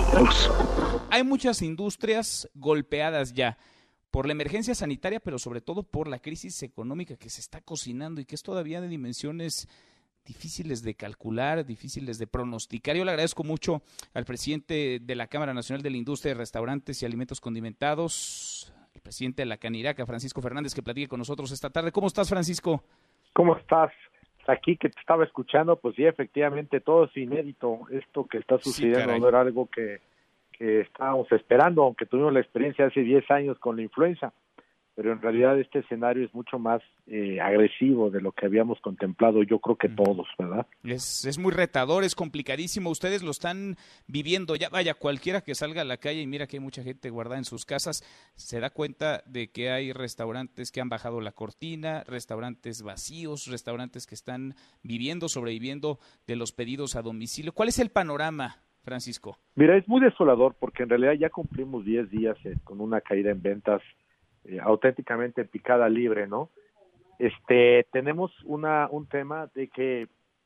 Hay muchas industrias golpeadas ya por la emergencia sanitaria, pero sobre todo por la crisis económica que se está cocinando y que es todavía de dimensiones difíciles de calcular, difíciles de pronosticar. Yo le agradezco mucho al presidente de la Cámara Nacional de la Industria de Restaurantes y Alimentos Condimentados, el presidente de la Caniraca, Francisco Fernández, que platique con nosotros esta tarde. ¿Cómo estás, Francisco? ¿Cómo estás? Aquí que te estaba escuchando, pues sí, efectivamente todo es inédito. Esto que está sucediendo no era algo que estábamos esperando, aunque tuvimos la experiencia hace 10 años con la influenza, pero en realidad este escenario es mucho más agresivo de lo que habíamos contemplado, yo creo que todos, ¿verdad? Es muy retador, es complicadísimo, ustedes lo están viviendo, ya vaya, cualquiera que salga a la calle y mira que hay mucha gente guardada en sus casas, se da cuenta de que hay restaurantes que han bajado la cortina, restaurantes vacíos, restaurantes que están sobreviviendo de los pedidos a domicilio. ¿Cuál es el panorama, Francisco? Mira, es muy desolador porque en realidad ya cumplimos 10 días con una caída en ventas auténticamente picada libre, ¿no? Tenemos un tema de que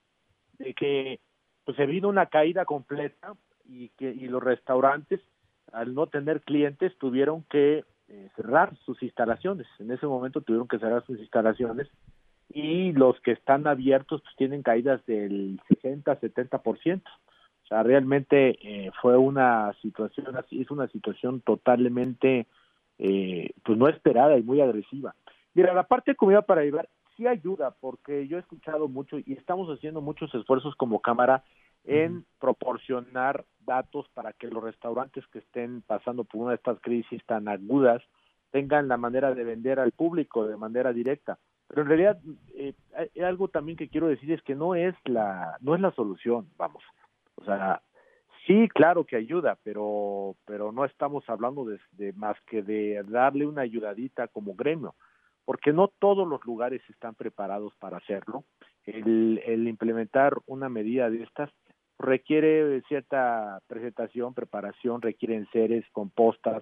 pues se vino una caída completa y los restaurantes al no tener clientes tuvieron que cerrar sus instalaciones. En ese momento tuvieron que cerrar sus instalaciones y los que están abiertos pues tienen caídas del 60-70%. O sea, realmente fue una situación totalmente pues no esperada y muy agresiva. Mira, la parte de comida para llevar sí ayuda, porque yo he escuchado mucho y estamos haciendo muchos esfuerzos como Cámara en proporcionar datos para que los restaurantes que estén pasando por una de estas crisis tan agudas tengan la manera de vender al público de manera directa. Pero en realidad algo también que quiero decir es que no es la solución, vamos. O sea, sí, claro que ayuda, pero no estamos hablando de más que de darle una ayudadita como gremio, porque no todos los lugares están preparados para hacerlo. El implementar una medida de estas requiere cierta presentación, preparación, requiere enseres, compostas,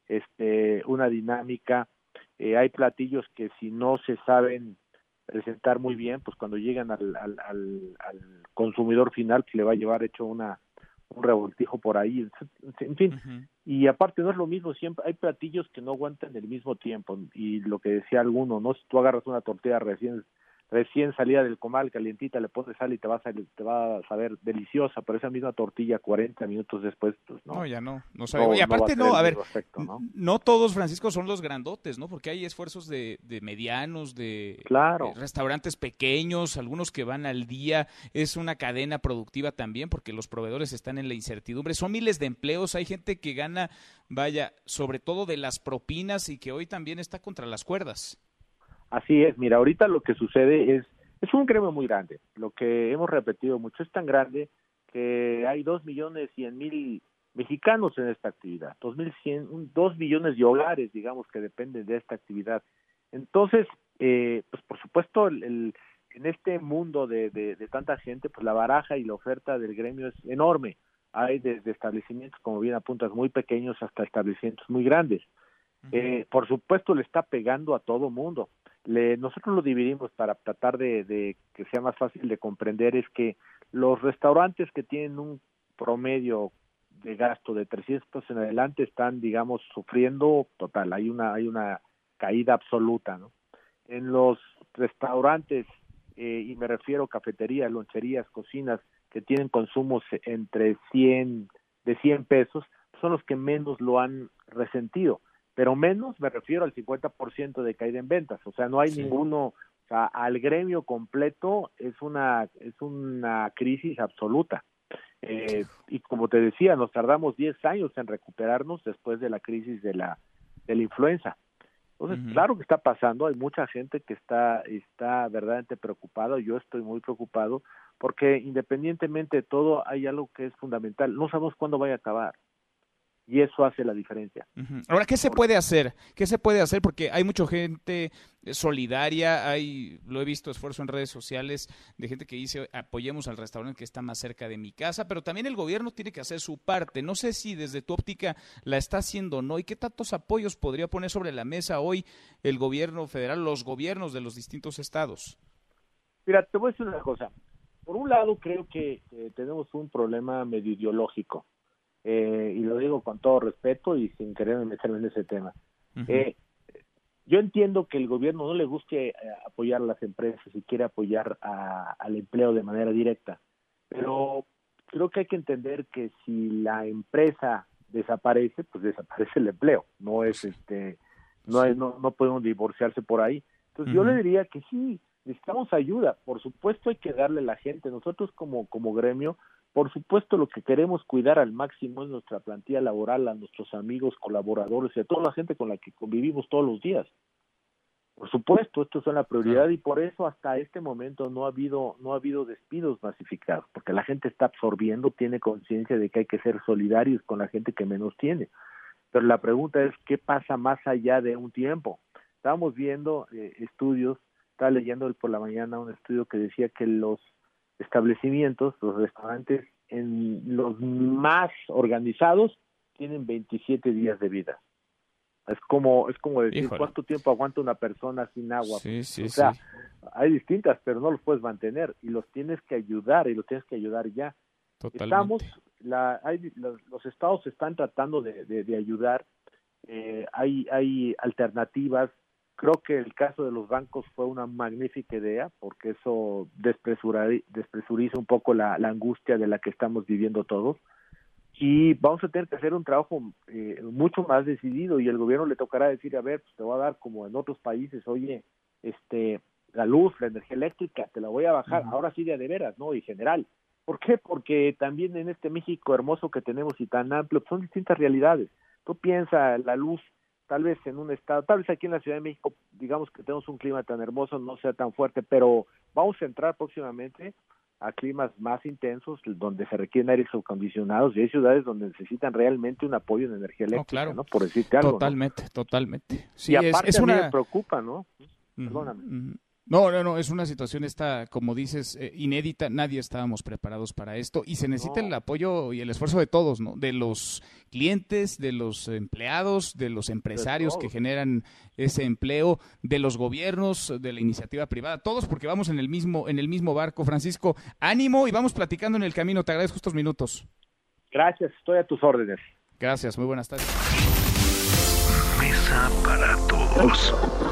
una dinámica. Hay platillos que si no se saben presentar muy bien, pues cuando llegan al consumidor final, pues le va a llevar hecho un revoltijo por ahí, en fin, y aparte no es lo mismo, siempre hay platillos que no aguantan el mismo tiempo, y lo que decía alguno, no, si tú agarras una tortilla recién salida del comal, calientita, le pones sal y te va a saber deliciosa, pero esa misma tortilla 40 minutos después, pues no. No, ya no sabe. Y aparte a ver, efecto, ¿no? Todos, Francisco, son los grandotes, ¿no? Porque hay esfuerzos de medianos, de restaurantes pequeños, algunos que van al día, es una cadena productiva también, porque los proveedores están en la incertidumbre, son miles de empleos, hay gente que gana, vaya, sobre todo de las propinas y que hoy también está contra las cuerdas. Así es, mira, ahorita lo que sucede es un gremio muy grande, lo que hemos repetido mucho, es tan grande que hay 2.100.000 mexicanos en esta actividad, 2 millones de hogares, digamos, que dependen de esta actividad. Entonces, pues por supuesto, en este mundo de tanta gente, pues la baraja y la oferta del gremio es enorme. Hay desde establecimientos, como bien apuntas, muy pequeños hasta establecimientos muy grandes. Por supuesto, le está pegando a todo mundo. Nosotros lo dividimos para tratar de que sea más fácil de comprender, es que los restaurantes que tienen un promedio de gasto de 300 en adelante están, digamos, sufriendo total, hay una caída absoluta, ¿no? En los restaurantes, y me refiero a cafeterías, loncherías, cocinas, que tienen consumos de 100 pesos, son los que menos lo han resentido. Pero menos me refiero al 50% de caída en ventas, o sea, no hay ninguno, o sea, al gremio completo es una crisis absoluta. Y como te decía, nos tardamos 10 años en recuperarnos después de la crisis de la influenza. Entonces, claro que está pasando, hay mucha gente que está verdaderamente preocupada, yo estoy muy preocupado, porque independientemente de todo, hay algo que es fundamental, no sabemos cuándo vaya a acabar. Y eso hace la diferencia. Ahora, ¿qué se puede hacer? ¿Qué se puede hacer? Porque hay mucha gente solidaria, lo he visto esfuerzo en redes sociales de gente que dice apoyemos al restaurante que está más cerca de mi casa, pero también el gobierno tiene que hacer su parte. No sé si desde tu óptica la está haciendo o no, y qué tantos apoyos podría poner sobre la mesa hoy el gobierno federal, los gobiernos de los distintos estados. Mira, te voy a decir una cosa. Por un lado, creo que tenemos un problema medio ideológico. y lo digo con todo respeto y sin querer meterme en ese tema. Yo entiendo que el gobierno no le guste apoyar a las empresas y quiere apoyar al empleo de manera directa, pero creo que hay que entender que si la empresa desaparece, pues desaparece el empleo, no es no podemos divorciarse por ahí. Entonces yo le diría que sí, necesitamos ayuda, por supuesto hay que darle a la gente, nosotros como gremio, por supuesto lo que queremos cuidar al máximo es nuestra plantilla laboral, a nuestros amigos, colaboradores y a toda la gente con la que convivimos todos los días. Por supuesto, esto es una prioridad y por eso hasta este momento no ha habido despidos masificados, porque la gente está absorbiendo, tiene conciencia de que hay que ser solidarios con la gente que menos tiene. Pero la pregunta es, ¿qué pasa más allá de un tiempo? Estábamos viendo estudios, estaba leyendo por la mañana un estudio que decía que los establecimientos, los restaurantes, en los más organizados, tienen 27 días de vida. Es como decir, híjole, ¿cuánto tiempo aguanta una persona sin agua? Sí, hay distintas, pero no los puedes mantener y los tienes que ayudar ya. Totalmente. Los estados están tratando de ayudar, hay alternativas. Creo que el caso de los bancos fue una magnífica idea porque eso despresuriza un poco la angustia de la que estamos viviendo todos. Y vamos a tener que hacer un trabajo mucho más decidido y el gobierno le tocará decir, a ver, pues te voy a dar como en otros países, oye, la luz, la energía eléctrica, te la voy a bajar, ahora sí de veras, ¿no? Y general. ¿Por qué? Porque también en este México hermoso que tenemos y tan amplio, son distintas realidades. Tú piensas, la luz, tal vez en un estado, tal vez aquí en la Ciudad de México, digamos que tenemos un clima tan hermoso, no sea tan fuerte, pero vamos a entrar próximamente a climas más intensos, donde se requieren aires acondicionados, y hay ciudades donde necesitan realmente un apoyo en energía eléctrica, claro. ¿no? Por decirte algo. Totalmente. Sí, y aparte es a mí una... me preocupa, ¿no? Perdóname. No, es una situación como dices, inédita, nadie estábamos preparados para esto y se necesita el apoyo y el esfuerzo de todos, ¿no? De los clientes, de los empleados, de los empresarios que generan ese empleo, de los gobiernos, de la iniciativa privada, todos porque vamos en el mismo barco. Francisco, ánimo y vamos platicando en el camino, te agradezco estos minutos. Gracias, estoy a tus órdenes. Gracias, muy buenas tardes. Mesa para todos.